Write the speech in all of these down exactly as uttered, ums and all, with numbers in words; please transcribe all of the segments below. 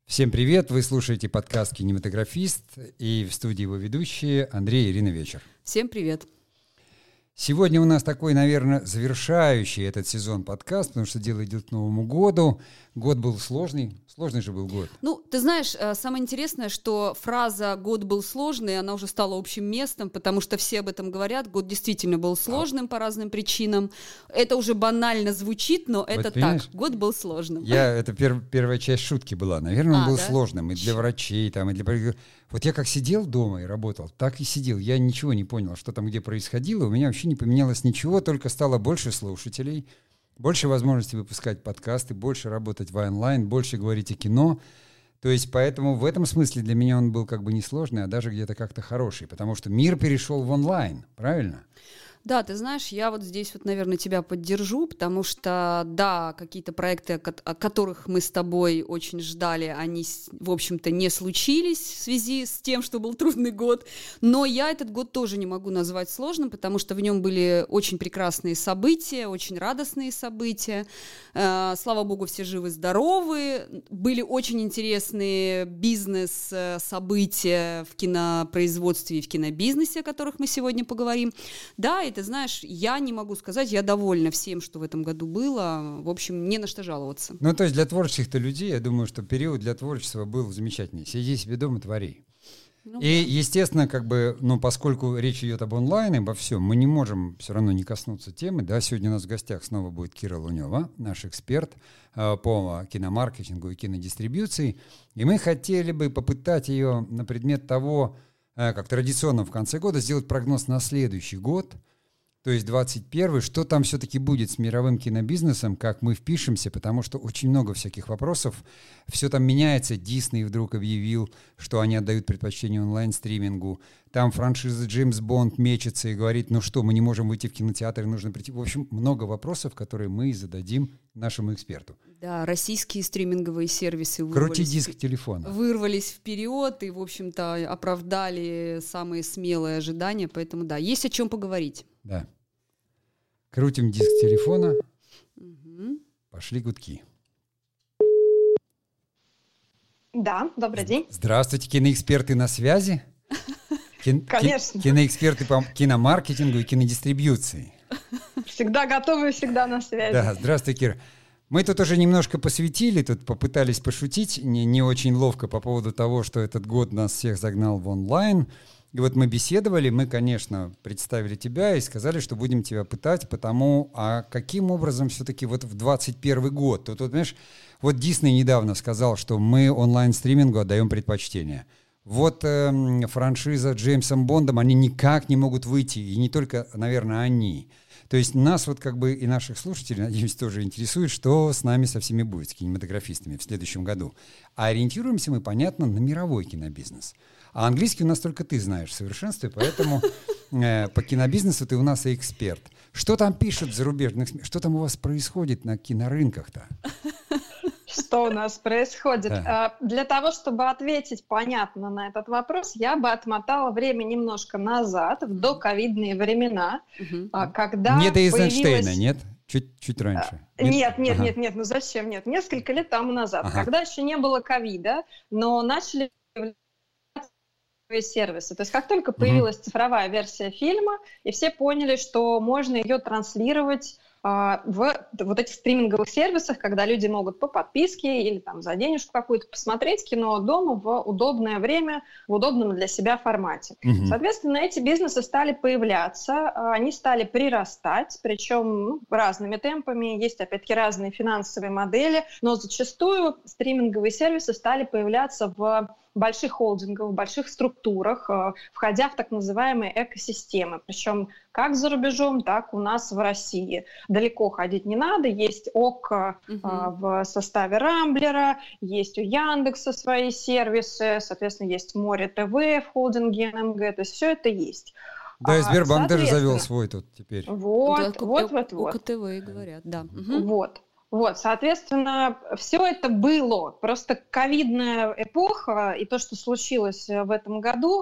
Всем привет! Вы слушаете подкаст «Кинематографист», и в студии его ведущие Андрей и Ирина Вечер. Всем привет! Сегодня у нас такой, наверное, завершающий этот сезон подкаст, потому что дело идет к Новому году. Год был сложный. Сложный же был год. Ну, ты знаешь, самое интересное, что фраза «год был сложный», она уже стала общим местом, потому что все об этом говорят. Год действительно был сложным а. по разным причинам. Это уже банально звучит, но вот это так. Год был сложным. Я, это пер, первая часть шутки была. Наверное, он а, был да? сложным и для врачей, там, и для... Вот я как сидел дома и работал, так и сидел. Я ничего не понял, что там где происходило. У меня вообще не поменялось ничего, только стало больше слушателей, больше возможностей выпускать подкасты, больше работать в онлайн, больше говорить о кино. То есть поэтому в этом смысле для меня он был как бы не сложный, а даже где-то как-то хороший, потому что мир перешел в онлайн, правильно? Да, ты знаешь, я вот здесь вот, наверное, тебя поддержу, потому что, да, какие-то проекты, о которых мы с тобой очень ждали, они, в общем-то, не случились в связи с тем, что был трудный год, но я этот год тоже не могу назвать сложным, потому что в нем были очень прекрасные события, очень радостные события, слава богу, все живы-здоровы, были очень интересные бизнес-события в кинопроизводстве и в кинобизнесе, о которых мы сегодня поговорим, да, и ты знаешь, я не могу сказать, я довольна всем, что в этом году было. В общем, не на что жаловаться. Ну, то есть для творческих-то людей, я думаю, что период для творчества был замечательный. Сиди себе дома, твори. Ну, и, да. естественно, как бы, ну, поскольку речь идет об онлайне, обо всем, мы не можем все равно не коснуться темы. Да, сегодня у нас в гостях снова будет Кира Лунева, наш эксперт э, по киномаркетингу и кинодистрибьюции. И мы хотели бы попытать ее на предмет того, э, как традиционно в конце года, сделать прогноз на следующий год. То есть двадцать первый, что там все-таки будет с мировым кинобизнесом, как мы впишемся, потому что очень много всяких вопросов, все там меняется. Дисней вдруг объявил, что они отдают предпочтение онлайн-стримингу, там франшиза Джеймс Бонд мечется и говорит, ну что, мы не можем выйти в кинотеатр, нужно прийти. В общем, много вопросов, которые мы зададим нашему эксперту. Да, российские стриминговые сервисы вырвались, крути диск телефона. Вырвались вперед и, в общем-то, оправдали самые смелые ожидания, поэтому да, есть о чем поговорить. Да. Крутим диск телефона. Угу. Пошли гудки. Да, добрый день. Здравствуйте, киноэксперты на связи. Кин, Конечно. Киноэксперты по киномаркетингу и кинодистрибьюции. Всегда готовы, всегда на связи. Да, здравствуй, Кира. Мы тут уже немножко посвятили, тут попытались пошутить, не, не очень ловко по поводу того, что этот год нас всех загнал в онлайн. И вот мы беседовали, мы, конечно, представили тебя и сказали, что будем тебя пытать, потому, а каким образом все-таки вот в двадцать первый год? Тут, вот, понимаешь, вот Дисней недавно сказал, что мы онлайн-стримингу отдаем предпочтение. Вот э, франшиза Джеймсом Бондом, они никак не могут выйти, и не только, наверное, они. То есть нас вот как бы и наших слушателей, надеюсь, тоже интересует, что с нами со всеми будет, с кинематографистами в следующем году. А ориентируемся мы, понятно, на мировой кинобизнес. А английский у нас только ты знаешь в совершенстве, поэтому э, по кинобизнесу ты у нас и эксперт. Что там пишут зарубежных СМИ? Что там у вас происходит на кинорынках-то? Что у нас происходит? Да. Для того, чтобы ответить понятно на этот вопрос, я бы отмотала время немножко назад, в доковидные времена, угу. когда Не до Эйзенштейна, появилась... нет? Чуть-чуть раньше. Нет, нет, нет, ага. нет, нет, ну зачем? Нет, несколько лет тому назад, ага. когда еще не было ковида, но начали сервисы. То есть как только появилась uh-huh. цифровая версия фильма, и все поняли, что можно ее транслировать а, в вот этих стриминговых сервисах, когда люди могут по подписке или там за денежку какую-то посмотреть кино дома в удобное время, в удобном для себя формате. Uh-huh. Соответственно, эти бизнесы стали появляться, они стали прирастать, причем ну, разными темпами, есть опять-таки разные финансовые модели, но зачастую стриминговые сервисы стали появляться в больших холдингов, в больших структурах, входя в так называемые экосистемы. Причем как за рубежом, так у нас в России. Далеко ходить не надо. Есть ОК угу. в составе Рамблера, есть у Яндекса свои сервисы, соответственно, есть Море ТВ в холдинге эн эм гэ. То есть все это есть. Да, и Сбербанк даже завел свой тут теперь. Вот, да, вот, вот, вот. ОКТВ говорят, да. Угу. Вот. Вот, соответственно, все это было. Просто ковидная эпоха и то, что случилось в этом году,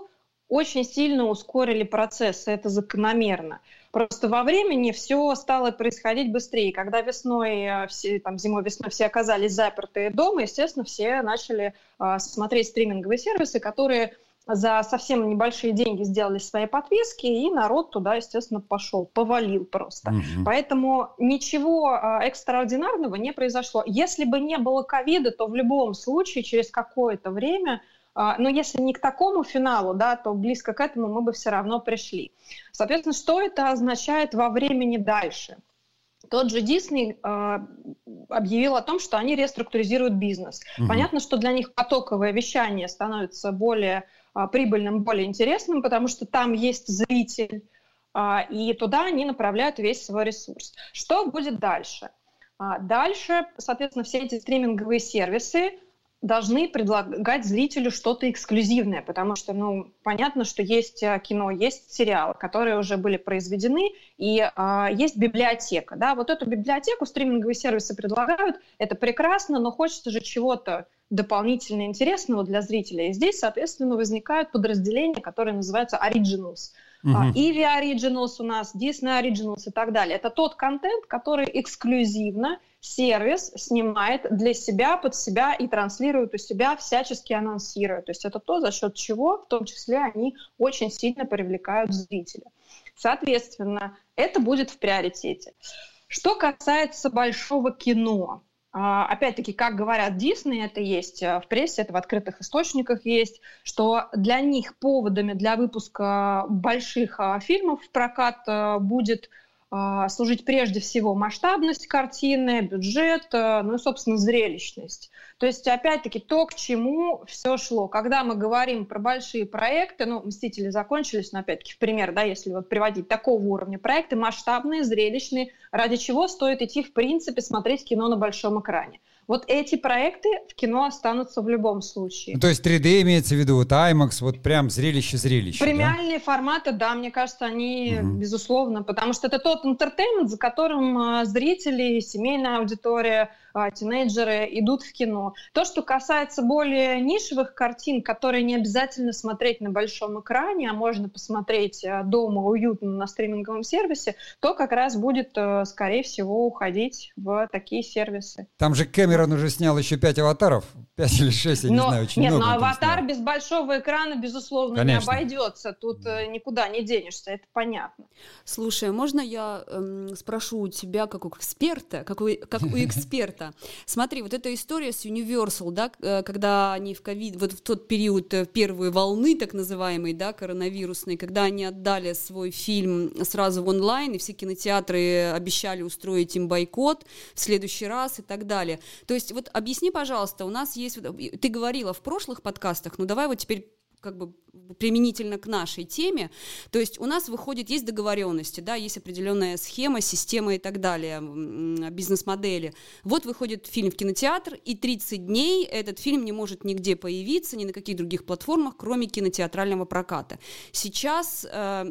очень сильно ускорили процесс, это закономерно. Просто во времени все стало происходить быстрее. Когда весной, все, там, зимой-весной все оказались запертые дома, естественно, все начали э, смотреть стриминговые сервисы, которые за совсем небольшие деньги сделали свои подписки, и народ туда, естественно, пошел, повалил просто. Mm-hmm. Поэтому ничего э, экстраординарного не произошло. Если бы не было ковида, то в любом случае через какое-то время, э, но если не к такому финалу, да, то близко к этому мы бы все равно пришли. Соответственно, что это означает во времени дальше? Тот же Disney э, объявил о том, что они реструктуризируют бизнес. Mm-hmm. Понятно, что для них потоковое вещание становится более э, прибыльным, более интересным, потому что там есть зритель, э, и туда они направляют весь свой ресурс. Что будет дальше? А дальше, соответственно, все эти стриминговые сервисы должны предлагать зрителю что-то эксклюзивное, потому что, ну, понятно, что есть кино, есть сериалы, которые уже были произведены, и а, есть библиотека, да, вот эту библиотеку стриминговые сервисы предлагают, это прекрасно, но хочется же чего-то дополнительно интересного для зрителя, и здесь, соответственно, возникают подразделения, которые называются Originals. Uh-huh. Иви Originals у нас, Disney Originals и так далее. Это тот контент, который эксклюзивно сервис снимает для себя, под себя и транслирует у себя, всячески анонсирует. То есть это то, за счет чего, в том числе, они очень сильно привлекают зрителя. Соответственно, это будет в приоритете. Что касается большого кино, опять-таки, как говорят Disney, это есть в прессе, это в открытых источниках есть, что для них поводами для выпуска больших фильмов в прокат будет служить прежде всего масштабность картины, бюджет, ну и, собственно, зрелищность. То есть, опять-таки, то, к чему все шло. Когда мы говорим про большие проекты, ну, «Мстители» закончились, но, опять-таки, в пример, да, если вот приводить такого уровня проекты, масштабные, зрелищные, ради чего стоит идти, в принципе, смотреть кино на большом экране. Вот эти проекты в кино останутся в любом случае. Ну, то есть три дэ имеется в виду, вот IMAX, вот прям зрелище-зрелище. Премиальные да? форматы, да, мне кажется, они, угу. безусловно, потому что это тот интертеймент, за которым а, зрители, семейная аудитория, а, тинейджеры идут в кино. То, что касается более нишевых картин, которые не обязательно смотреть на большом экране, а можно посмотреть а, дома уютно на стриминговом сервисе, то как раз будет, а, скорее всего, уходить в такие сервисы. Там же Кэмерон он уже снял еще пять аватаров, пять или шесть, я но, не знаю, очень нет, много. Нет, но аватар без большого экрана, безусловно, Конечно. не обойдется. Тут э, никуда не денешься, это понятно. Слушай, можно я эм, спрошу у тебя, как у эксперта, как у, как у эксперта? Смотри, вот эта история с Universal, да, когда они в ковид, вот в тот период первой волны, так называемой, да, коронавирусной, когда они отдали свой фильм сразу в онлайн, и все кинотеатры обещали устроить им бойкот в следующий раз и так далее. То есть вот объясни, пожалуйста, у нас есть... Ты говорила в прошлых подкастах, но давай вот теперь как бы применительно к нашей теме. То есть у нас выходит, есть договоренности, да, есть определенная схема, система и так далее, бизнес-модели. Вот выходит фильм в кинотеатр, и тридцать дней этот фильм не может нигде появиться, ни на каких других платформах, кроме кинотеатрального проката. Сейчас... Э,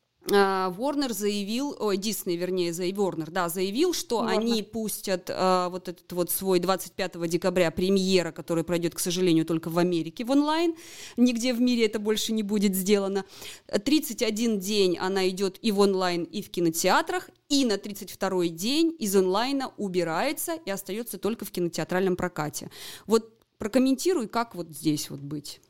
Warner заявил, ой, Disney, вернее, заявил, Warner, да, заявил, что Warner. они пустят э, вот этот вот свой двадцать пятого декабря премьера, которая пройдет, к сожалению, только в Америке в онлайн, нигде в мире это больше не будет сделано. тридцать один день она идет и в онлайн, и в кинотеатрах, и на тридцать второй день из онлайна убирается и остается только в кинотеатральном прокате. Вот прокомментируй, как вот здесь вот быть.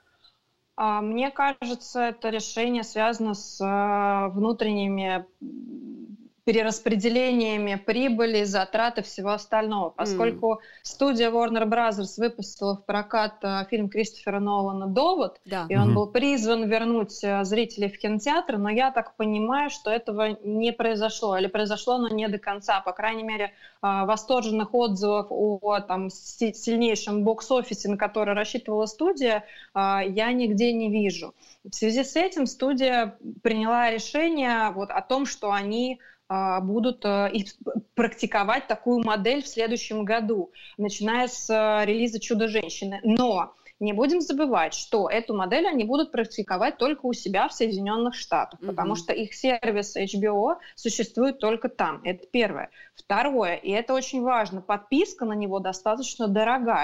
Мне кажется, это решение связано с внутренними перераспределениями прибыли, затрат и всего остального. Поскольку mm. студия Warner Bros. Выпустила в прокат фильм Кристофера Нолана «Довод», да. и он mm-hmm. был призван вернуть зрителей в кинотеатр, но я так понимаю, что этого не произошло, или произошло, но не до конца. По крайней мере, восторженных отзывов о там, сильнейшем бокс-офисе, на который рассчитывала студия, я нигде не вижу. В связи с этим студия приняла решение вот, о том, что они будут практиковать такую модель в следующем году, начиная с релиза «Чудо-женщины». Но не будем забывать, что эту модель они будут практиковать только у себя в Соединенных Штатах, mm-hmm. потому что их сервис эйч би о существует только там. Это первое. Второе, и это очень важно, подписка на него достаточно дорогая.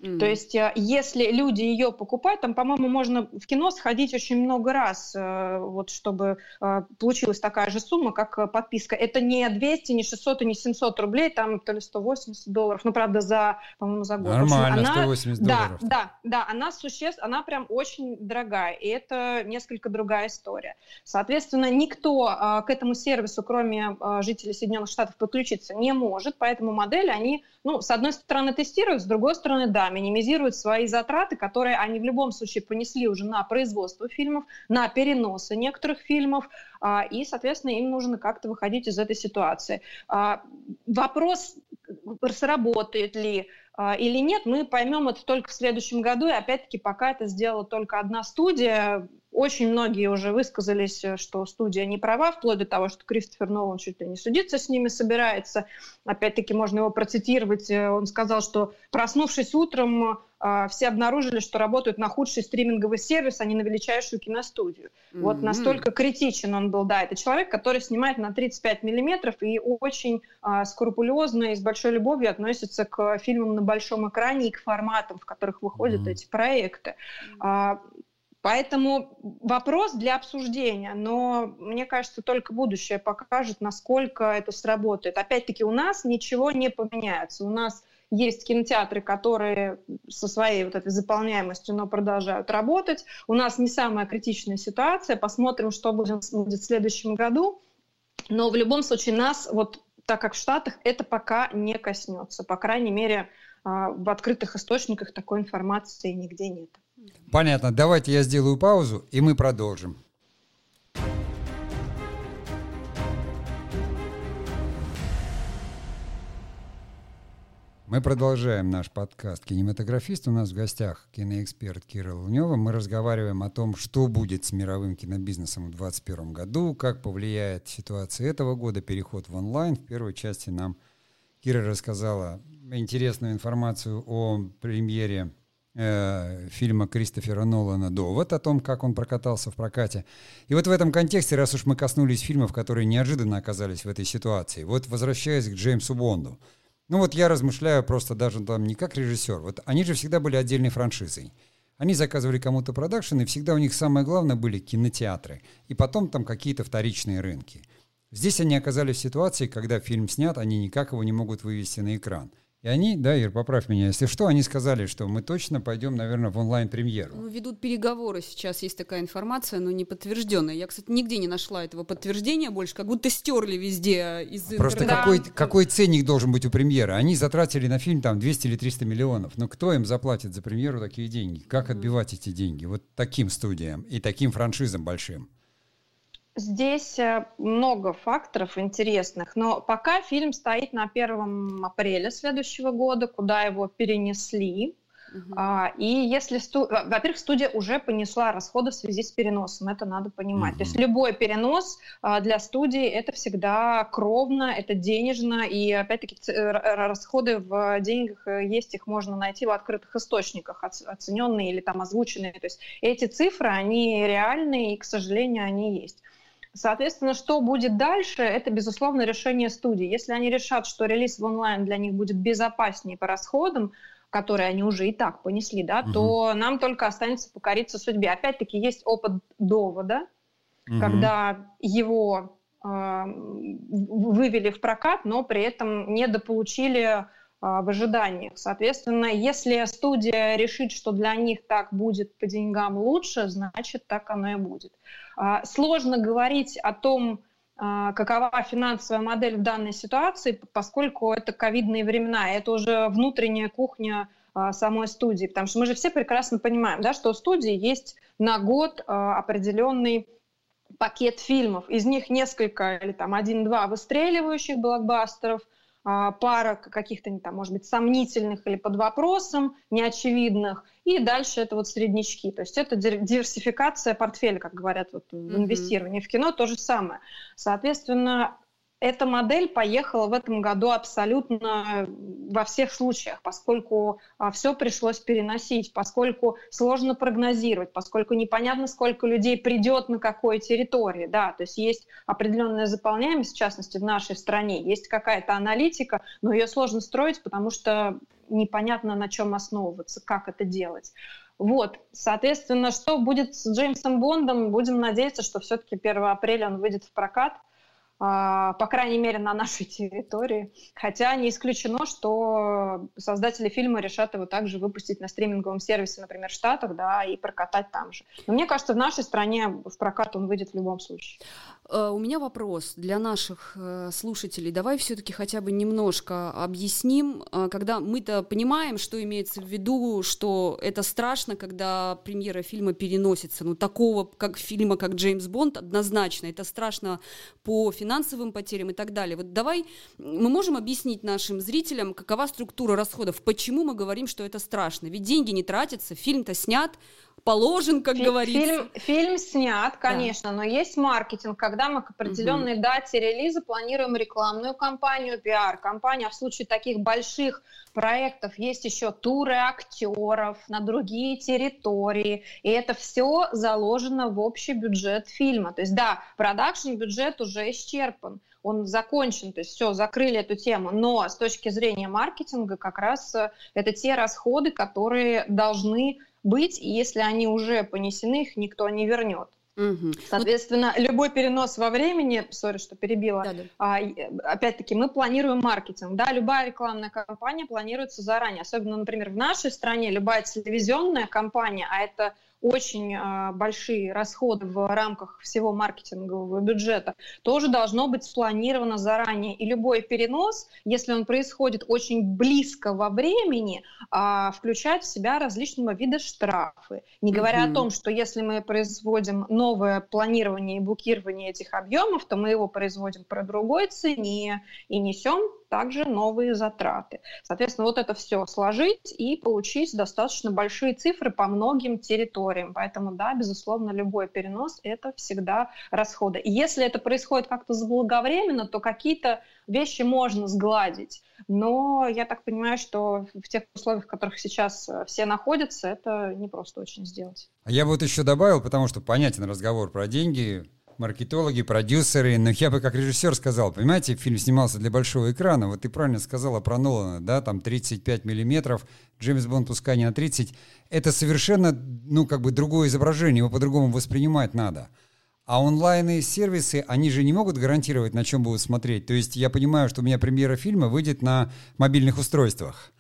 Mm. То есть, если люди ее покупают, там, по-моему, можно в кино сходить очень много раз, вот, чтобы получилась такая же сумма, как подписка. Это не двести, не шестьсот, не семьсот рублей, там то ли сто восемьдесят долларов, ну, правда, за, по-моему, за год. Нормально, она, сто восемьдесят долларов. Да, да, да, она существенно, она прям очень дорогая, и это несколько другая история. Соответственно, никто к этому сервису, кроме жителей Соединенных Штатов, подключиться не может, поэтому модели, они, ну, с одной стороны, тестируют, с другой стороны, да, минимизируют свои затраты, которые они в любом случае понесли уже на производство фильмов, на переносы некоторых фильмов, и, соответственно, им нужно как-то выходить из этой ситуации. Вопрос, сработает ли или нет, мы поймем это только в следующем году, и опять-таки пока это сделала только одна студия. Очень многие уже высказались, что студия не права, вплоть до того, что Кристофер Нолан чуть ли не судиться с ними собирается. Опять-таки можно его процитировать. Он сказал, что, проснувшись утром, все обнаружили, что работают на худший стриминговый сервис, а не на величайшую киностудию. Mm-hmm. Вот настолько критичен он был. Да, это человек, который снимает на тридцать пять миллиметров и очень а, скрупулезно и с большой любовью относится к фильмам на большом экране и к форматам, в которых выходят mm-hmm. эти проекты. А, Поэтому вопрос для обсуждения, но мне кажется, только будущее покажет, насколько это сработает. Опять-таки у нас ничего не поменяется. У нас есть кинотеатры, которые со своей вот этой заполняемостью, но продолжают работать. У нас не самая критичная ситуация. Посмотрим, что будет в следующем году. Но в любом случае нас, вот так как в Штатах, это пока не коснется. По крайней мере, в открытых источниках такой информации нигде нет. Понятно. Давайте я сделаю паузу, и мы продолжим. Мы продолжаем наш подкаст «Кинематографист». У нас в гостях киноэксперт Кира Лунева. Мы разговариваем о том, что будет с мировым кинобизнесом в двадцать первом году, как повлияет ситуация этого года, переход в онлайн. В первой части нам Кира рассказала интересную информацию о премьере э, фильма Кристофера Нолана «Довод», о том, как он прокатался в прокате. И вот в этом контексте, раз уж мы коснулись фильмов, которые неожиданно оказались в этой ситуации, вот возвращаясь к Джеймсу Бонду, ну вот я размышляю просто даже там не как режиссер. Вот они же всегда были отдельной франшизой. Они заказывали кому-то продакшн, и всегда у них самое главное были кинотеатры. И потом там какие-то вторичные рынки. Здесь они оказались в ситуации, когда фильм снят, они никак его не могут вывести на экран. И они, да, Ир, поправь меня, если что, они сказали, что мы точно пойдем, наверное, в онлайн-премьеру. Ну, ведут переговоры сейчас, есть такая информация, но не подтвержденная. Я, кстати, нигде не нашла этого подтверждения больше, как будто стерли везде из интернета. Просто какой, какой ценник должен быть у премьеры? Они затратили на фильм там двести или триста миллионов. Но кто им заплатит за премьеру такие деньги? Как отбивать эти деньги? Вот таким студиям и таким франшизам большим. Здесь много факторов интересных, но пока фильм стоит на первого апреля следующего года, куда его перенесли. Uh-huh. А, и если, сту... во-первых, студия уже понесла расходы в связи с переносом, это надо понимать. Uh-huh. То есть любой перенос а, для студии это всегда кровно, это денежно, и опять-таки расходы в деньгах есть, их можно найти в открытых источниках, оцененные или там озвученные. То есть эти цифры, они реальные, и, к сожалению, они есть. Соответственно, что будет дальше, это, безусловно, решение студии. Если они решат, что релиз в онлайн для них будет безопаснее по расходам, которые они уже и так понесли, да, угу. то нам только останется покориться судьбе. Опять-таки, есть опыт «Довода», угу. когда его э, вывели в прокат, но при этом недополучили э, в ожиданиях. Соответственно, если студия решит, что для них так будет по деньгам лучше, значит, так оно и будет. Сложно говорить о том, какова финансовая модель в данной ситуации, поскольку это ковидные времена, это уже внутренняя кухня самой студии, потому что мы же все прекрасно понимаем, да, что у студии есть на год определенный пакет фильмов, из них несколько, или там один-два выстреливающих блокбастеров, пара каких-то, там, может быть, сомнительных или под вопросом, неочевидных, и дальше это вот среднячки. То есть это диверсификация портфеля, как говорят вот, в инвестировании. В кино то же самое. Соответственно, Эта модель поехала в этом году абсолютно во всех случаях, поскольку а, все пришлось переносить, поскольку сложно прогнозировать, поскольку непонятно, сколько людей придет на какой территории. Да, то есть есть определенная заполняемость, в частности, в нашей стране, есть какая-то аналитика, но ее сложно строить, потому что непонятно, на чем основываться, как это делать. Вот, соответственно, что будет с Джеймсом Бондом? Будем надеяться, что все-таки первого апреля он выйдет в прокат, по крайней мере, на нашей территории. Хотя не исключено, что создатели фильма решат его также выпустить на стриминговом сервисе, например, в Штатах, да, и прокатать там же. Но мне кажется, в нашей стране в прокат он выйдет в любом случае. У меня вопрос для наших слушателей. Давай все-таки хотя бы немножко объясним, когда мы-то понимаем, что имеется в виду, что это страшно, когда премьера фильма переносится. Ну, такого как фильма, как «Джеймс Бонд», однозначно. Это страшно по финансовым потерям и так далее. Вот давай мы можем объяснить нашим зрителям, какова структура расходов, почему мы говорим, что это страшно. Ведь деньги не тратятся, фильм-то снят, положен, как Фи- говорится. Фильм, фильм снят, конечно, да. Но есть маркетинг, когда мы к определенной угу. дате релиза планируем рекламную кампанию, пиар-кампанию, а в случае таких больших проектов есть еще туры актеров на другие территории, и это все заложено в общий бюджет фильма. То есть да, продакшн-бюджет уже исчерпан, он закончен, то есть все, закрыли эту тему, но с точки зрения маркетинга как раз это те расходы, которые должны быть, и если они уже понесены, их никто не вернет. Угу. Соответственно, вот. Любой перенос во времени, сори, что перебила, да, да. А, опять-таки мы планируем маркетинг, да, любая рекламная кампания планируется заранее, особенно, например, в нашей стране любая телевизионная кампания, а это очень э, большие расходы в рамках всего маркетингового бюджета, тоже должно быть спланировано заранее. И любой перенос, если он происходит очень близко во времени, э, включает в себя различного вида штрафы. Не говоря mm-hmm. о том, что если мы производим новое планирование и букирование этих объемов, то мы его производим по другой цене и несем также новые затраты. Соответственно, вот это все сложить и получить достаточно большие цифры по многим территориям. Поэтому, да, безусловно, любой перенос – это всегда расходы. И если это происходит как-то заблаговременно, то какие-то вещи можно сгладить. Но я так понимаю, что в тех условиях, в которых сейчас все находятся, это непросто очень сделать. А я вот еще добавил, потому что понятен разговор про деньги, маркетологи, продюсеры, но я бы как режиссер сказал, понимаете, фильм снимался для большого экрана, вот ты правильно сказала про Нолана, да, там тридцать пять миллиметров, Джеймс Бонд пускай не на тридцать, это совершенно, ну, как бы другое изображение, его по-другому воспринимать надо. А онлайн-сервисы, они же не могут гарантировать, на чем будут смотреть. То есть я понимаю, что у меня премьера фильма выйдет на мобильных устройствах,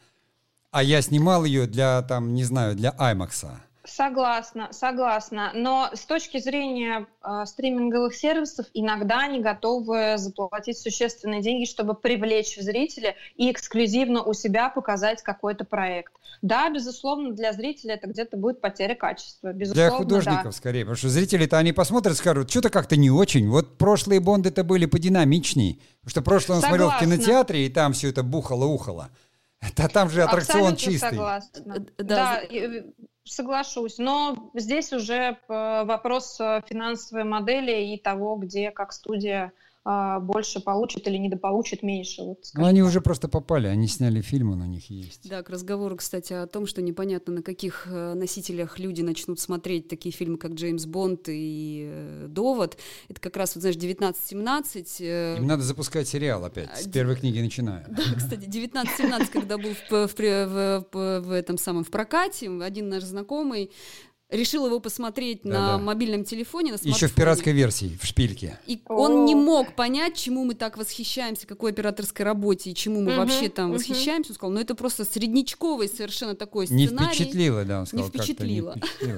а я снимал ее для, там, не знаю, для аймакса. Согласна, согласна. Но с точки зрения э, стриминговых сервисов иногда они готовы заплатить существенные деньги, чтобы привлечь зрителя и эксклюзивно у себя показать какой-то проект. Да, безусловно, для зрителя это где-то будет потеря качества. Безусловно, для художников да. скорее, потому что зрители-то они посмотрят и скажут, что-то как-то не очень. Вот прошлые Бонды-то были подинамичней. Потому что прошлый он Согласна. смотрел в кинотеатре, и там все это бухало-ухало. А там же аттракцион Абсолютно чистый. Согласна. Да, да. Соглашусь, но здесь уже вопрос финансовой модели и того, где как студия больше получит или недополучит меньше. Вот, ну, они так. уже просто попали, они сняли фильм, он у них есть. Да, к разговору, кстати, о том, что непонятно, на каких носителях люди начнут смотреть такие фильмы, как «Джеймс Бонд» и э, «Довод». Это как раз, вот знаешь, девятнадцать семнадцать. Э... Им надо запускать сериал опять, с первой книги начиная. Да, кстати, девятнадцать семнадцать, когда был в, в, в, в, в этом самом в прокате, один наш знакомый решил его посмотреть да, на да. мобильном телефоне, на смартфоне. Еще в пиратской версии, в шпильке. И О. он не мог понять, чему мы так восхищаемся, какой операторской работе, и чему мы uh-huh, вообще там uh-huh. восхищаемся. Он сказал, ну это просто среднячковый совершенно такой сценарий. Не впечатлило, да, он сказал. Не впечатлило. Не впечатлило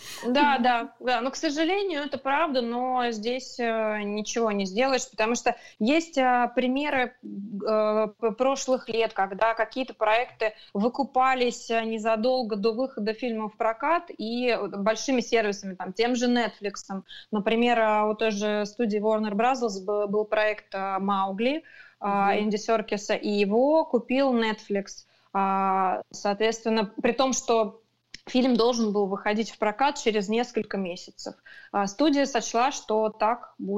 да, да, да. Но, к сожалению, это правда, но здесь э, ничего не сделаешь, потому что есть э, примеры э, прошлых лет, когда какие-то проекты выкупались незадолго до выхода фильма в прокат и большими сервисами, там, тем же Netflix. Например, у той же студии Warner Bros. был, был проект «Маугли» mm-hmm. Энди Серкиса, и его купил Netflix. Соответственно, при том, что фильм должен был выходить в прокат через несколько месяцев. Студия сочла, что так будет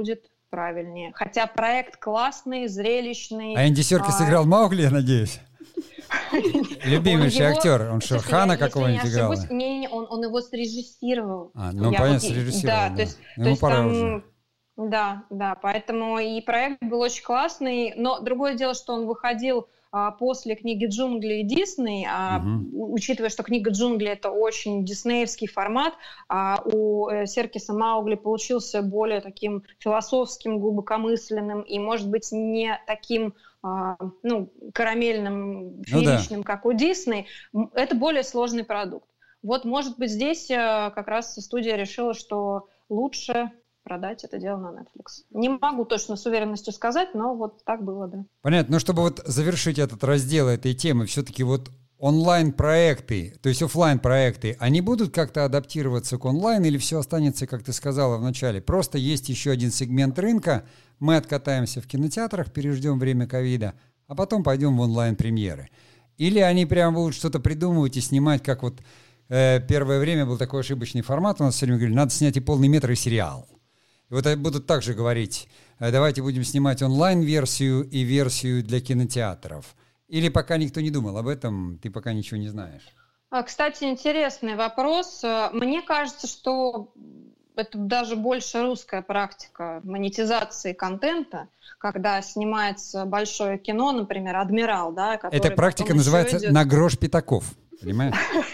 правильнее. Хотя проект классный, зрелищный. А Энди Серкис а... играл Маугли, я надеюсь? Любимейший актер, он что, Хана какого-нибудь играл? Не, он, он его срежиссировал. А, ну, понятно, вот, срежиссировал. Да, да. То есть, то есть там, уже. Да, да, поэтому и проект был очень классный, но другое дело, что он выходил а, после книги «Джунгли» и «Дисней», а, угу. учитывая, что книга «Джунгли» — это очень диснеевский формат, а у э, Серкиса Маугли получился более таким философским, глубокомысленным и, может быть, не таким а, ну, карамельным, фееричным, ну, да. как у Дисней. Это более сложный продукт. Вот, может быть, здесь а, как раз студия решила, что лучше продать это дело на Netflix. Не могу точно с уверенностью сказать, но вот так было, да. Понятно. Но чтобы вот завершить этот раздел этой темы, все-таки вот онлайн-проекты, то есть офлайн-проекты, они будут как-то адаптироваться к онлайн или все останется, как ты сказала в начале? Просто есть еще один сегмент рынка, мы откатаемся в кинотеатрах, переждем время ковида, а потом пойдем в онлайн-премьеры. Или они прям будут что-то придумывать и снимать, как вот э, первое время был такой ошибочный формат, у нас все время говорили, надо снять и полный метр, и сериал. И вот будут также говорить, давайте будем снимать онлайн-версию и версию для кинотеатров. Или пока никто не думал об этом, ты пока ничего не знаешь? Кстати, интересный вопрос. Мне кажется, что это даже больше русская практика монетизации контента, когда снимается большое кино, например, «Адмирал». Да, эта практика называется идет... «на грош пятаков». Понимаешь?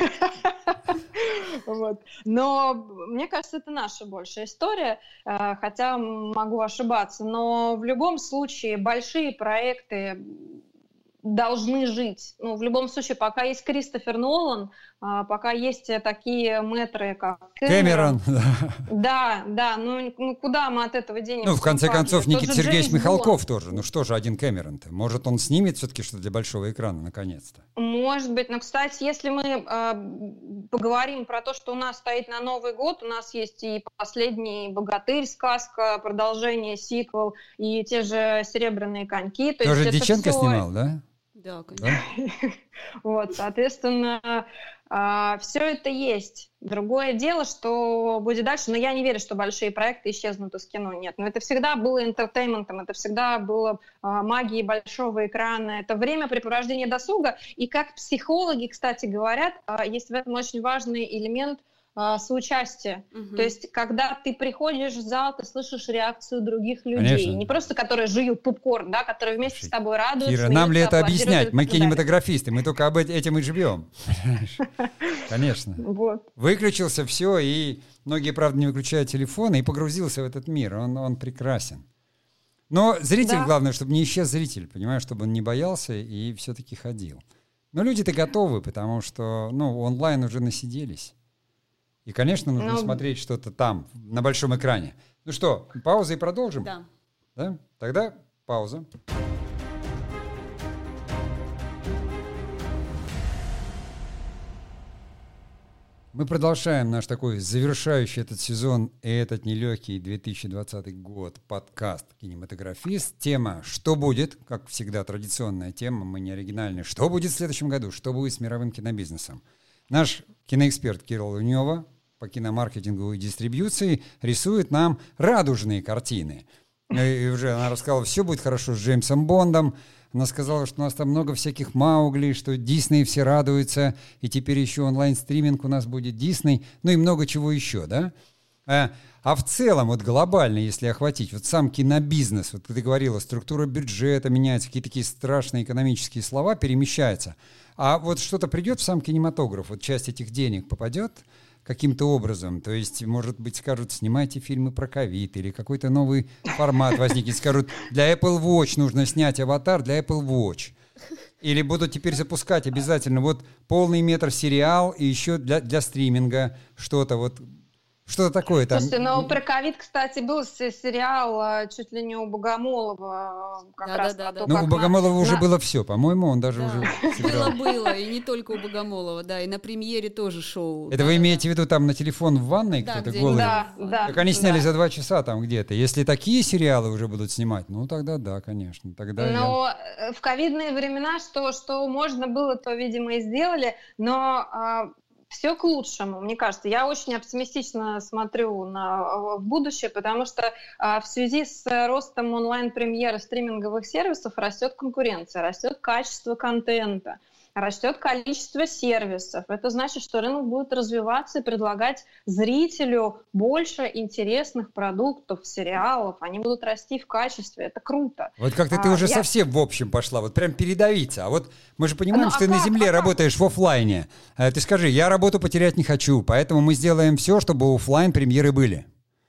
Вот. Но мне кажется, это наша большая история, хотя могу ошибаться. Но в любом случае большие проекты должны жить. Ну, в любом случае, пока есть Кристофер Нолан, пока есть такие мэтры, как Кэмерон. Кэмерон. Да, да. Ну, ну куда мы от этого денемся? Ну, в конце концов, Никита Сергеевич Михалков тоже. Ну что же один Кэмерон-то? Может, он снимет все-таки что-то для большого экрана, наконец-то? Может быть. Но, кстати, если мы э, поговорим про то, что у нас стоит на Новый год, у нас есть и «Последний богатырь», сказка, продолжение, сиквел, и те же «Серебряные коньки». То тоже есть Дьяченко все... снимал, да? Да, конечно. Да? Вот, соответственно, все это есть. Другое дело, что будет дальше, но я не верю, что большие проекты исчезнут из кино. Нет, но это всегда было интертейментом, это всегда было магией большого экрана, это времяпрепровождение досуга. И как психологи, кстати, говорят, есть в этом очень важный элемент соучастие. Угу. То есть, когда ты приходишь в зал, ты слышишь реакцию других людей. Конечно. Не просто которые жуют попкорн, да, которые вместе Слушай, с тобой радуются. Кира, нам ли это объяснять? Мы кинематографисты, мы только об этом и живем. Конечно. Вот. Выключился, все, и многие, правда, не выключают телефоны, и погрузился в этот мир. Он, он прекрасен. Но зритель, да. главное, чтобы не исчез зритель, понимаешь, чтобы он не боялся и все-таки ходил. Но люди-то готовы, потому что, ну, онлайн уже насиделись. И, конечно, нужно Но... смотреть что-то там, на большом экране. Ну что, пауза и продолжим? Да. Да? Тогда пауза. Мы продолжаем наш такой завершающий этот сезон и этот нелегкий две тысячи двадцатый год подкаст «Кинематографист». Тема «Что будет?», как всегда, традиционная тема, мы не оригинальные. Что будет в следующем году? Что будет с мировым кинобизнесом? Наш киноэксперт Кира Лунева по киномаркетингу и дистрибьюции рисует нам радужные картины. И уже она рассказала, все будет хорошо с Джеймсом Бондом. Она сказала, что у нас там много всяких Маугли, что Дисней все радуются, и теперь еще онлайн-стриминг у нас будет Дисней, ну и много чего еще, да? А, а в целом, вот глобально, если охватить, вот сам кинобизнес, вот ты говорила, структура бюджета меняется, какие-то такие страшные экономические слова перемещаются. А вот что-то придет в сам кинематограф, вот часть этих денег попадет каким-то образом, то есть, может быть, скажут, снимайте фильмы про ковид, или какой-то новый формат возникнет, скажут, для Apple Watch нужно снять аватар для Apple Watch. Или будут теперь запускать обязательно вот полный метр сериал и еще для, для стриминга что-то вот. Что такое там? Слушайте, ну про ковид, кстати, был сериал чуть ли не у Богомолова. Как да, раз да, да, то, ну, у Богомолова на... уже на... было все, по-моему, он даже да. уже сыграл. Было-было, и не только у Богомолова, да, и на премьере тоже шоу. Это да, вы да, имеете да. в виду там на телефон в ванной да, кто-то голый? Да, да. Так они сняли да. за два часа там где-то. Если такие сериалы уже будут снимать, ну тогда да, конечно. Тогда но я... в ковидные времена что, что можно было, то, видимо, и сделали, но... все к лучшему, мне кажется. Я очень оптимистично смотрю на в будущее, потому что а, в связи с ростом онлайн-премьер и стриминговых сервисов растет конкуренция, растет качество контента, растет количество сервисов. Это значит, что рынок будет развиваться и предлагать зрителю больше интересных продуктов, сериалов. Они будут расти в качестве. Это круто. Вот как-то а, ты уже я... совсем в общем пошла, вот прям передавиться. А вот мы же понимаем, ну, что а ты как? на земле а работаешь в офлайне. Ты скажи, я работу потерять не хочу, поэтому мы сделаем все, чтобы офлайн премьеры были.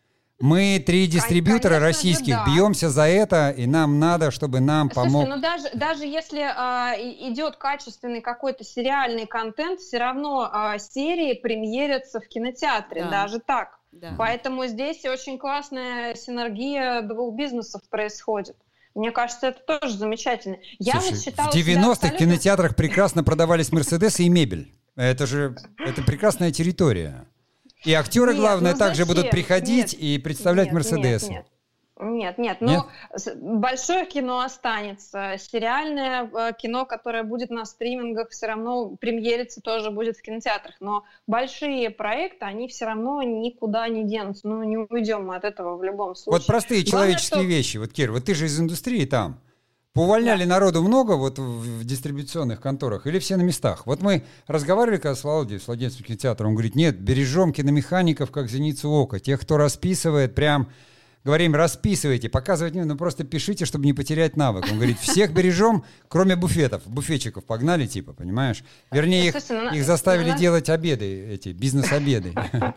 Мы три дистрибьютора Конечно российских же, да. бьемся за это, и нам надо, чтобы нам Слушайте, помог... ну даже, даже если а, идет качественный какой-то сериальный контент, все равно а, серии премьерятся в кинотеатре, Да. даже так. Да. Поэтому здесь очень классная синергия двух бизнесов происходит. Мне кажется, это тоже замечательно. Я Слушай, вот считала в себя девяностых в абсолютно- кинотеатрах прекрасно продавались Мерседесы и мебель. Это же это прекрасная территория. И актеры, Нет, главное, ну также зачем? будут приходить Нет, и представлять нет, Мерседесы. Нет, нет, нет, нет. Нет? Но с- большое кино останется. Сериальное э, кино, которое будет на стримингах, все равно премьериться тоже будет в кинотеатрах. Но большие проекты, они все равно никуда не денутся. Ну, не уйдем мы от этого в любом случае. Вот простые Главное, человеческие что- вещи. Вот, Кир, вот ты же из индустрии там. Поувольняли Да. народу много вот в в дистрибуционных конторах или все на местах? Вот мы разговаривали когда с Володей, с владельцем кинотеатра, он говорит, нет, бережем киномехаников как зеницу ока. Тех, кто расписывает, прям говорим, расписывайте, показывать не, ну просто пишите, чтобы не потерять навык. Он говорит, всех бережем, кроме буфетов, буфетчиков погнали, типа, понимаешь? Вернее, их, Слушай, ну, их заставили ну, делать обеды, эти бизнес-обеды.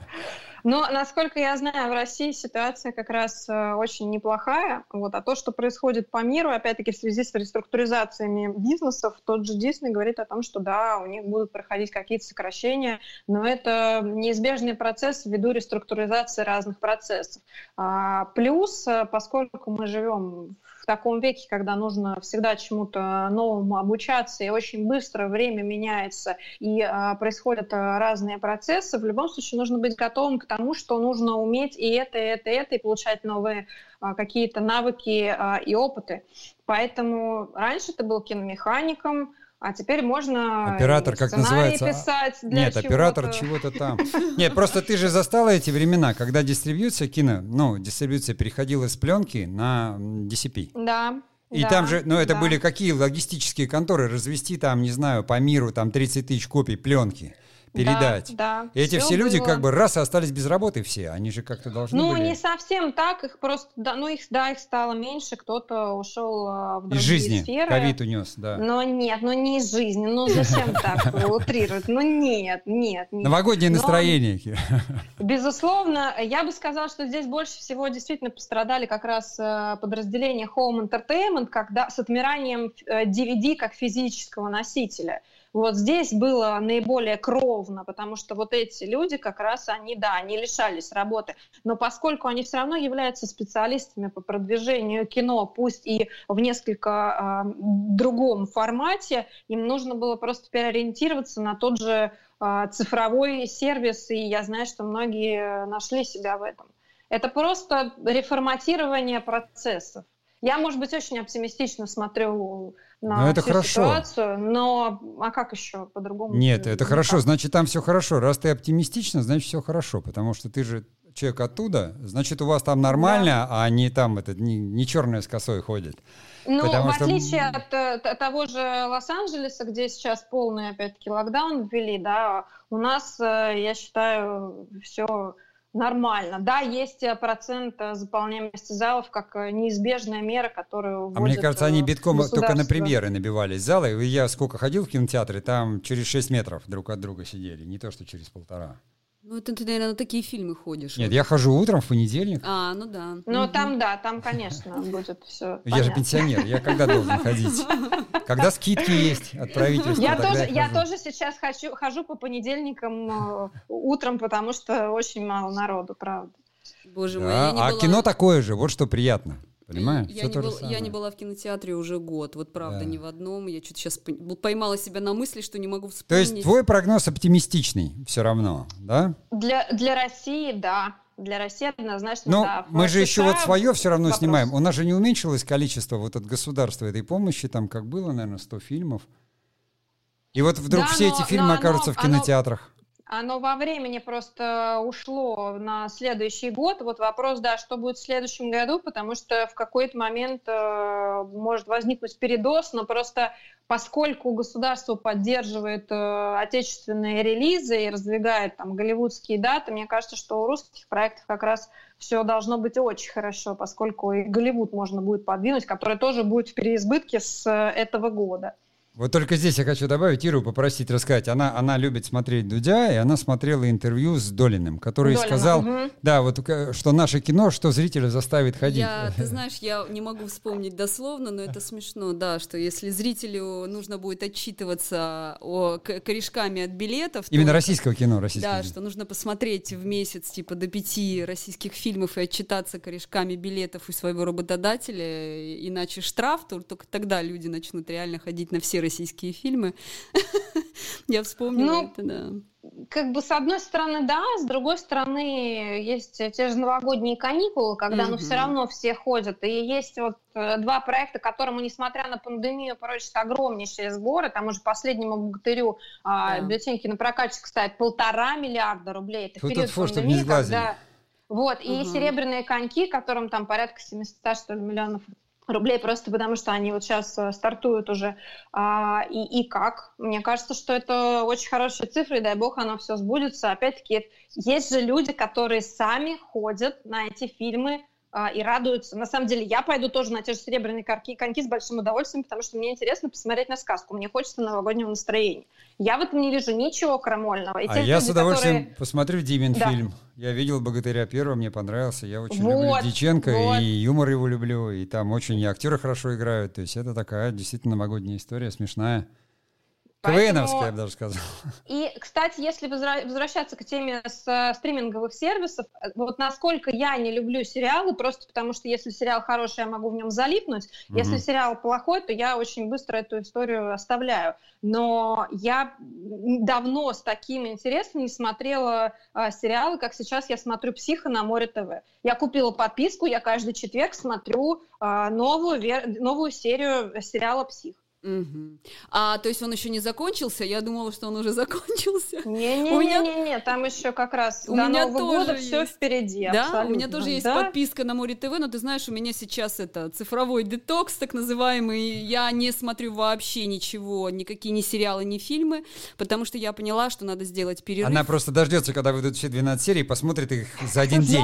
Но, насколько я знаю, в России ситуация как раз э, очень неплохая. Вот. А то, что происходит по миру, опять-таки в связи с реструктуризациями бизнесов, тот же Disney говорит о том, что да, у них будут проходить какие-то сокращения, но это неизбежный процесс ввиду реструктуризации разных процессов. А, плюс, э, поскольку мы живем в таком веке, когда нужно всегда чему-то новому обучаться, и очень быстро время меняется, и а, происходят а, разные процессы, в любом случае нужно быть готовым к тому, что нужно уметь и это, и это, и это, и получать новые а, какие-то навыки а, и опыты. Поэтому раньше ты был киномехаником, а теперь можно Оператор, как сценарий называется? писать для Нет, чего-то. оператор чего-то там. Нет, просто ты же застала эти времена, когда дистрибьюция кино, ну, дистрибьюция переходила с пленки на ди си пи. Да. И да, там же, ну, это да. были какие логистические конторы, развести там, не знаю, по миру там тридцать тысяч копий пленки, передать. Да, да, И эти всё все люди было. как бы раз и остались без работы все, они же как-то должны Ну, были... не совсем так, их просто, да, ну, их, да, их стало меньше, кто-то ушел а, в другие Из жизни, сферы. ковид унес, да. Но нет, ну не из жизни, ну зачем так утрировать? Ну нет, нет. нет. Новогоднее Но, настроение. Кира. безусловно, я бы сказала, что здесь больше всего действительно пострадали как раз э, подразделения Home Entertainment, когда с отмиранием э, ди ви ди как физического носителя. Вот здесь было наиболее кровно, потому что вот эти люди как раз, они, да, они лишались работы. Но поскольку они все равно являются специалистами по продвижению кино, пусть и в несколько э, другом формате, им нужно было просто переориентироваться на тот же э, цифровой сервис, и я знаю, что многие нашли себя в этом. Это просто реформатирование процессов. Я, может быть, очень оптимистично смотрю на Но это всю хорошо. ситуацию, но а как еще по-другому? Нет, это Никак. хорошо, значит, там все хорошо. Раз ты оптимистична, значит, все хорошо, потому что ты же человек оттуда, значит, у вас там нормально, а не там этот, не, не черное с косой ходит. Ну, Потому в что- отличие от э, того же Лос-Анджелеса, где сейчас полный, опять-таки, локдаун ввели, да, у нас, э, я считаю, все нормально. Да, есть э, процент э, заполняемости залов как э, неизбежная мера, которую А мне вводит, кажется, э, они битком только на государство. премьеры набивались залы. И я сколько ходил в кинотеатры, там через шесть метров друг от друга сидели, не то что через полтора. Ну, это ты, наверное, на такие фильмы ходишь. Нет, я хожу утром в понедельник. А, ну да. Ну, Мгм. там, да, там, конечно, будет все. Я же пенсионер, я когда должен ходить? Когда скидки есть от правительства, Я тогда тоже, я хожу. тоже сейчас хочу, хожу по понедельникам э, утром, потому что очень мало народу, правда. Боже мой, Да, я не а была... кино такое же, вот что приятно. Понимаешь? Я Всё не, то же был- я не самое. была в кинотеатре уже год, вот правда, Да. ни в одном. Я что-то сейчас поймала себя на мысли, что не могу То вспомнить. есть твой прогноз оптимистичный все равно, да? Для, для России, да. Для России однозначно, Но да. мы В же еще США вот свое все равно вопрос. снимаем. У нас же не уменьшилось количество вот от государства этой помощи, там как было, наверное, сто фильмов. И вот вдруг Да, все но- эти фильмы но окажутся оно- в кинотеатрах. оно во времени просто ушло на следующий год. Вот вопрос, да, что будет в следующем году, потому что в какой-то момент э, может возникнуть передоз, но просто поскольку государство поддерживает э, отечественные релизы и раздвигает там голливудские даты, мне кажется, что у русских проектов как раз все должно быть очень хорошо, поскольку и Голливуд можно будет подвинуть, который тоже будет в переизбытке с э, этого года. Вот только здесь я хочу добавить, Иру попросить рассказать. Она, она любит смотреть Дудя, и она смотрела интервью с Долиным, который Долина, сказал, угу. да, вот, что наше кино, что зрителя заставит ходить. Я, ты знаешь, я не могу вспомнить дословно, но это смешно, да, что если зрителю нужно будет отчитываться о корешками от билетов... Именно то, российского кино, российского. Да, что нужно посмотреть в месяц типа до пяти российских фильмов и отчитаться корешками билетов у своего работодателя, иначе штраф, то только тогда люди начнут реально ходить на все российские фильмы. Я вспомнила ну, это, да. Как бы с одной стороны, да, с другой стороны, есть те же новогодние каникулы, когда, mm-hmm. ну, все равно все ходят. И есть вот два проекта, которым, несмотря на пандемию, прочат огромнейшие сборы. Там уже последнему «Богатырю» yeah. бюллетень кинопрокатчика стоит полтора миллиарда рублей. Это Тут период фу, пандемии, когда... Вот, и uh-huh. «Серебряные коньки», которым там порядка семьсот, что ли, миллионов рублей, просто потому что они вот сейчас стартуют уже. А, и, и как? Мне кажется, что это очень хорошие цифры, и дай бог оно все сбудется. Опять-таки, есть же люди, которые сами ходят на эти фильмы а, и радуются. На самом деле, я пойду тоже на те же «Серебряные коньки», коньки с большим удовольствием, потому что мне интересно посмотреть на сказку. Мне хочется новогоднего настроения. Я в этом не вижу ничего крамольного. И а те я люди, с удовольствием которые... посмотрю Димин да. фильм. Я видел «Богатыря первого», мне понравился. Я очень вот, люблю Дьяченко, вот. и юмор его люблю, и там очень и актеры хорошо играют. То есть это такая действительно новогодняя история, смешная. Поэтому... КВНовская, я бы даже сказал. И, кстати, если возвращаться к теме с стриминговых сервисов, вот насколько я не люблю сериалы, просто потому что если сериал хороший, я могу в нем залипнуть. Угу. Если сериал плохой, то я очень быстро эту историю оставляю. Но я давно с таким интересом не смотрела а, сериалы, как сейчас я смотрю «Психо» на Море ТВ. Я купила подписку, я каждый четверг смотрю а, новую, новую серию сериала «Псих». Угу. А то есть он еще не закончился? Я думала, что он уже закончился. Не-не-не, меня... не, не, там еще как раз у до меня Нового года есть. Все впереди. Да, абсолютно. У меня тоже есть да? подписка на Море ТВ, но ты знаешь, у меня сейчас это цифровой детокс, так называемый. Я не смотрю вообще ничего, никакие ни сериалы, ни фильмы, потому что я поняла, что надо сделать перерыв. Она просто дождется, когда выйдут все двенадцать серий, и посмотрит их за один день.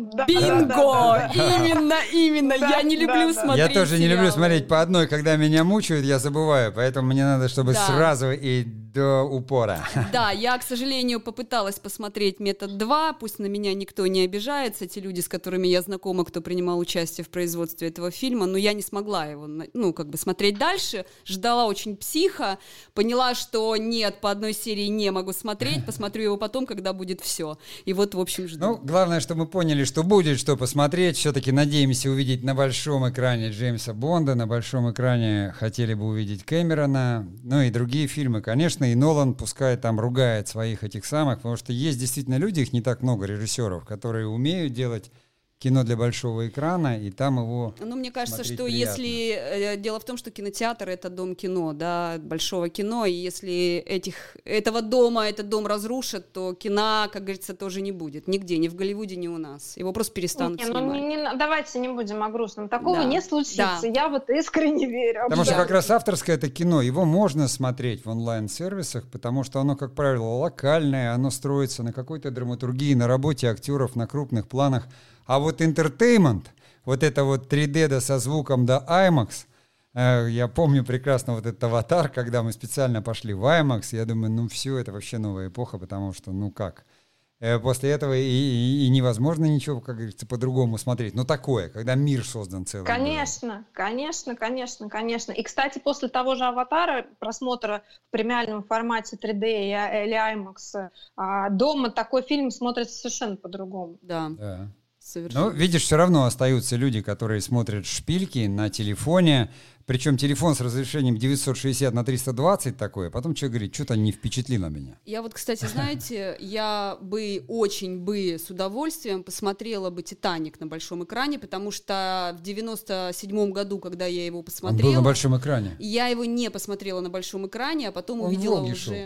Бинго! Именно, именно. Я не люблю смотреть. Я тоже не люблю смотреть по одной, когда меня мучают, я забываю, поэтому мне надо, чтобы да. сразу и до упора. Да, я, к сожалению, попыталась посмотреть «Метод два», пусть на меня никто не обижается, те люди, с которыми я знакома, кто принимал участие в производстве этого фильма, но я не смогла его, ну, как бы смотреть дальше, ждала очень «Психо», поняла, что нет, по одной серии не могу смотреть, посмотрю его потом, когда будет все. И вот, в общем, жду. Ну, главное, что мы поняли, что будет, что посмотреть, все-таки надеемся увидеть на большом экране Джеймса Бонда, на большом экране хотели бы увидеть Кэмерона, ну и другие фильмы, конечно, и Нолан пускай там ругает своих этих самых, потому что есть действительно люди, их не так много, режиссеров, которые умеют делать кино для большого экрана, и там его Ну, мне кажется, что приятно. Если... Э, дело в том, что кинотеатр — это дом кино, да, большого кино, и если этих, этого дома, этот дом разрушат, то кино, как говорится, тоже не будет. Нигде, ни в Голливуде, ни у нас. Его просто перестанут не, снимать. Ну, не, не, давайте не будем о грустном. Такого да. не случится. Да. Я вот искренне верю. Потому да. что как раз авторское это кино, его можно смотреть в онлайн-сервисах, потому что оно, как правило, локальное, оно строится на какой-то драматургии, на работе актеров, на крупных планах. А вот entertainment, вот это вот три дэ да со звуком до IMAX, э, я помню прекрасно вот этот «Аватар», когда мы специально пошли в IMAX, я думаю, ну все, это вообще новая эпоха, потому что, ну как, э, после этого и, и, и невозможно ничего, как говорится, по-другому смотреть. Ну такое, когда мир создан целый. Конечно, был. конечно, конечно, конечно. И, кстати, после того же «Аватара», просмотра в премиальном формате три дэ или IMAX, э, дома такой фильм смотрится совершенно по-другому. Да. Да. Совершенно. Ну, видишь, все равно остаются люди, которые смотрят шпильки на телефоне, причем телефон с разрешением девятьсот шестьдесят на триста двадцать такой, а потом человек говорит, что-то не впечатлило меня. Я вот, кстати, знаете, я бы очень бы с удовольствием посмотрела бы «Титаник» на большом экране, потому что в девяносто седьмом году, когда я его посмотрела... Он был на большом экране. Я его не посмотрела на большом экране, а потом Он увидела в Волге уже... шел.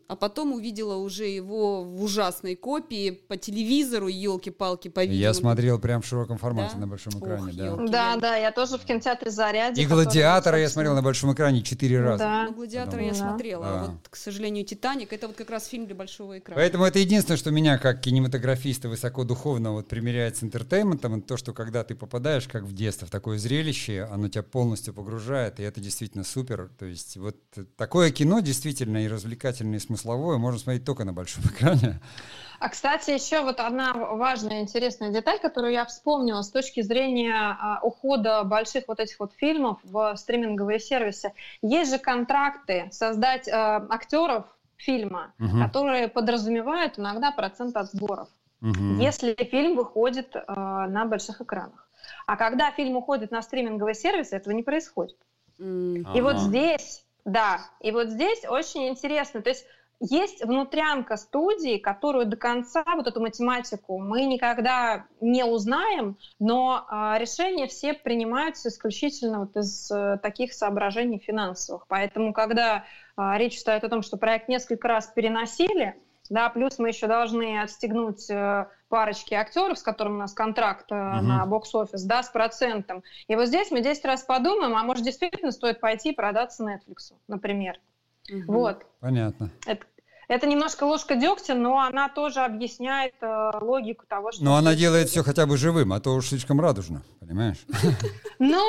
а потом увидела уже его в ужасной копии по телевизору, елки-палки, по видео. Я смотрел прям в широком формате, да? на большом экране. Ох, да. елки, Да, я... да, я тоже в кинотеатре «Зарядье». И «Гладиатора» я смотрел на большом экране четыре раза. Да. Ну, «Гладиатора» я Да. смотрела, Да. а вот, к сожалению, «Титаник» — это вот как раз фильм для большого экрана. Поэтому это единственное, что меня как кинематографиста высокодуховно вот примеряет с интертейментом, это то, что когда ты попадаешь как в детство в такое зрелище, оно тебя полностью погружает, и это действительно супер. То есть вот такое кино действительно и развлекательное, и смысловое можно смотреть только на большом экране. А, кстати, еще вот одна важная, интересная деталь, которую я вспомнила с точки зрения а, ухода больших вот этих вот фильмов в стриминговые сервисы. Есть же контракты создать а, актеров фильма, Угу. которые подразумевают иногда процент от сборов, Угу. если фильм выходит а, на больших экранах. А когда фильм уходит на стриминговые сервисы, этого не происходит. М. И вот Ага. здесь, да, и вот здесь очень интересно, то есть есть внутрянка студии, которую до конца, вот эту математику, мы никогда не узнаем, но а, решения все принимаются исключительно вот из а, таких соображений финансовых. Поэтому, когда а, речь стоит о том, что проект несколько раз переносили, да, плюс мы еще должны отстегнуть э, парочки актеров, с которыми у нас контракт э, Мгм. на бокс-офис, да, с процентом. И вот здесь мы десять раз подумаем, а может действительно стоит пойти и продаться Netflix, например. Мгм. Вот. Понятно. Это, это немножко ложка дегтя, но она тоже объясняет э, логику того, что... Но она делает все хотя бы живым, а то уж слишком радужно, понимаешь? Ну,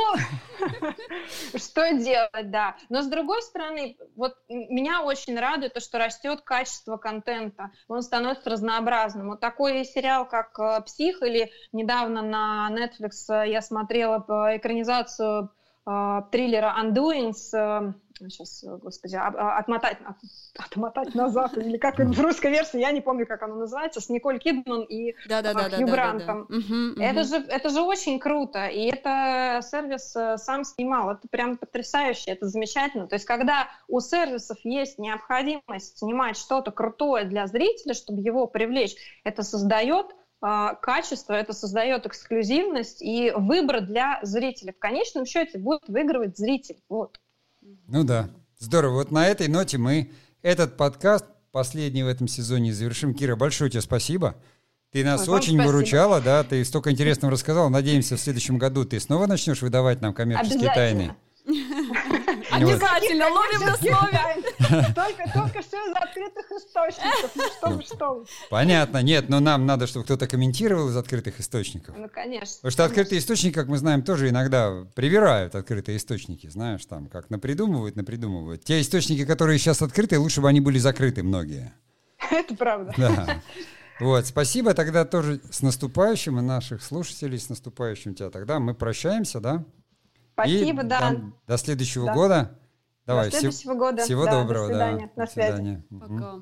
что делать, да. Но с другой стороны, вот м- меня очень радует то, что растет качество контента. Он становится разнообразным. Вот такой сериал, как э, «Псих», или недавно на Netflix э, я смотрела по экранизацию э, триллера «Undoings», э, сейчас, господи, а- а- отмотать, от- отмотать назад, или как в русской версии, я не помню, как оно называется, с Николь Кидман и Да-да-да. Хью Грантом. Мгм, Это мгм. же, это же очень круто, и это сервис э, сам снимал. Это прям потрясающе, это замечательно. То есть когда у сервисов есть необходимость снимать что-то крутое для зрителя, чтобы его привлечь, это создает э, качество, это создает эксклюзивность и выбор для зрителя. В конечном счете будет выигрывать зритель. Вот. Ну да. Здорово. Вот на этой ноте мы этот подкаст, последний в этом сезоне, завершим. Кира, большое тебе спасибо. Ты нас Ой, вам очень спасибо. выручала, да, ты столько интересного рассказала. Надеемся, в следующем году ты снова начнешь выдавать нам коммерческие тайны. Обязательно, ловим на слове. Только, только все из открытых источников. Ну что вы, что вы. Понятно. Нет, но нам надо, чтобы кто-то комментировал из открытых источников. Ну, конечно. Потому что открытые источники, как мы знаем, тоже иногда привирают открытые источники. Знаешь, там, как напридумывают, напридумывают. Те источники, которые сейчас открыты, лучше бы они были закрыты многие. Это правда. Да. Вот, спасибо. Тогда тоже с наступающим и наших слушателей, с наступающим тебя. Тогда мы прощаемся, да? Спасибо, И да. До, до следующего Да. года. Давай, До всё- следующего года. всего Да, доброго. До свидания. Да. На До связи. свидания. Мгм. Пока.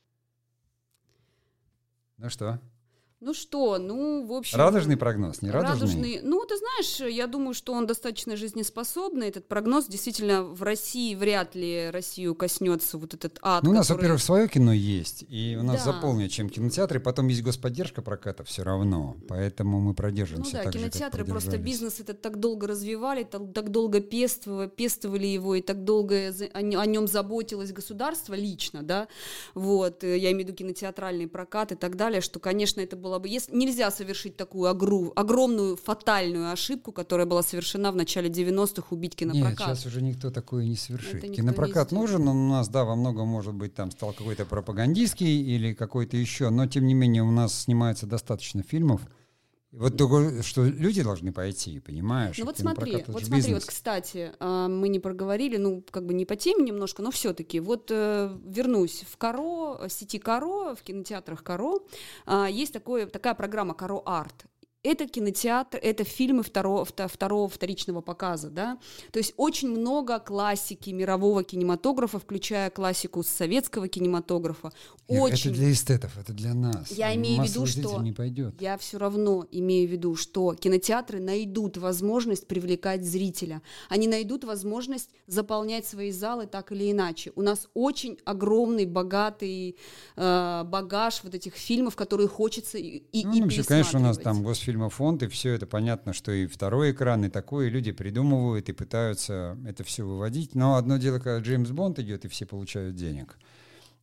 Ну что? Ну что, ну, в общем... Радужный прогноз, не радужный? Радужный. Ну, ты знаешь, я думаю, что он достаточно жизнеспособный. Этот прогноз действительно в России вряд ли Россию коснется вот этот ад. Ну, у нас, который- во-первых, свое кино есть, и у нас Да. заполнено, чем кинотеатры, потом есть господдержка проката все равно, поэтому мы Ну продержимся да, так же, как кинотеатры просто продержались. бизнес этот так долго развивали, так, так долго пестовали, пестовали его, и так долго за- о, нё- о нем заботилось государство лично, да, вот, э, я имею в виду кинотеатральный прокат и так далее, что, конечно, это было бы... Если, нельзя совершить такую огру, огромную фатальную ошибку, которая была совершена в начале девяностых, убить Нет, кинопрокат. сейчас уже никто такое не совершит. Это никто Кинопрокат не сделает. нужен, он у нас, да, во многом, может быть, там стал какой-то пропагандистский или какой-то еще, но, тем не менее, у нас снимается достаточно фильмов. И вот только, что люди должны пойти, понимаешь? Ну и вот кинопрокат смотри, — это вот же смотри, бизнес. вот кстати, а, мы не проговорили, ну как бы не по теме немножко, но все-таки вот э, вернусь в Каро, сети Каро, в кинотеатрах Каро, а, есть такое, такая программа Каро Арт. Это кинотеатр, это фильмы второго, вто- второго вторичного показа, да, то есть очень много классики мирового кинематографа, включая классику советского кинематографа, Нет, очень... Это для эстетов, это для нас. Я имею в виду, Массовый зритель что не пойдет. я все равно имею в виду, что кинотеатры найдут возможность привлекать зрителя. Они найдут возможность заполнять свои залы так или иначе. У нас очень огромный, богатый э, багаж вот этих фильмов, которые хочется и, и, Ну, и вообще, конечно, у нас пересматривать. там Госфильмофонд, и все это понятно, что и второй экран, и такое, и люди придумывают и пытаются это все выводить. Но одно дело, когда Джеймс Бонд идет, и все получают денег.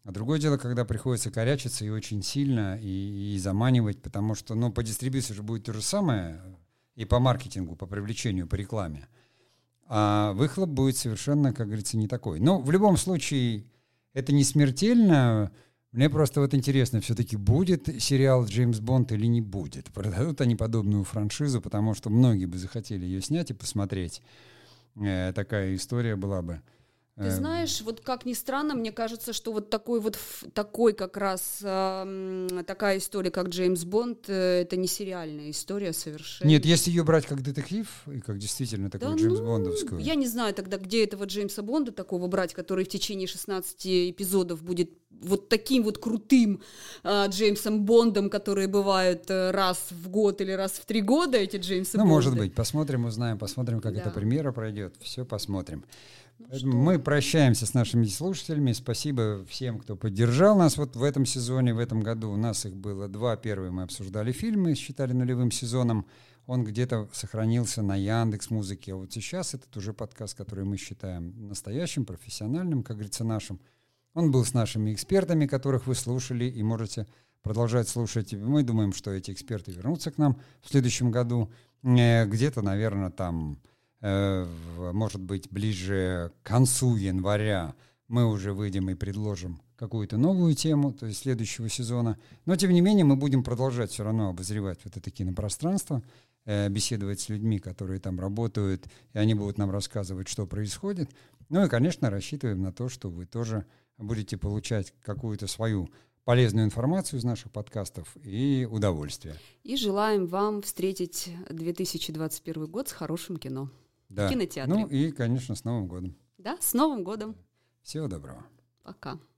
А другое дело, когда приходится корячиться и очень сильно, и, и заманивать, потому что, ну, по дистрибьюции же будет то же самое, и по маркетингу, по привлечению, по рекламе. А выхлоп будет совершенно, как говорится, не такой. Но в любом случае, это не смертельно. Мне просто вот интересно, все-таки будет сериал «Джеймс Бонд» или не будет? Продадут они подобную франшизу, потому что многие бы захотели ее снять и посмотреть. Э, такая история была бы. Ты знаешь, вот как ни странно, мне кажется, что вот такой вот такой как раз э, такая история, как Джеймс Бонд, э, это не сериальная история совершенно. Нет, если ее брать как детектив и как действительно такую да, Джеймс ну, Бондовскую. Я не знаю тогда, где этого Джеймса Бонда такого брать, который в течение шестнадцати эпизодов будет вот таким вот крутым э, Джеймсом Бондом, которые бывают э, раз в год или раз в три года, эти Джеймсы Ну, Бонды. может быть, посмотрим, узнаем, посмотрим, как да. эта премьера пройдет. Все посмотрим. Ну, мы прощаемся с нашими слушателями. Спасибо всем, кто поддержал нас вот в этом сезоне, в этом году. У нас их было два. Первый мы обсуждали фильмы, считали нулевым сезоном. Он где-то сохранился на Яндекс.Музыке. А вот сейчас этот уже подкаст, который мы считаем настоящим, профессиональным, как говорится, нашим. Он был с нашими экспертами, которых вы слушали и можете продолжать слушать. Мы думаем, что эти эксперты вернутся к нам в следующем году. Где-то, наверное, там... может быть, ближе к концу января мы уже выйдем и предложим какую-то новую тему, то есть следующего сезона. Но, тем не менее, мы будем продолжать все равно обозревать вот это кинопространство, э, беседовать с людьми, которые там работают, и они будут нам рассказывать, что происходит. Ну и, конечно, рассчитываем на то, что вы тоже будете получать какую-то свою полезную информацию из наших подкастов и удовольствие. И желаем вам встретить две тысячи двадцать первый год с хорошим кино. Да. В кинотеатре. Ну и, конечно, с Новым годом. Да, с Новым годом. Всего доброго. Пока.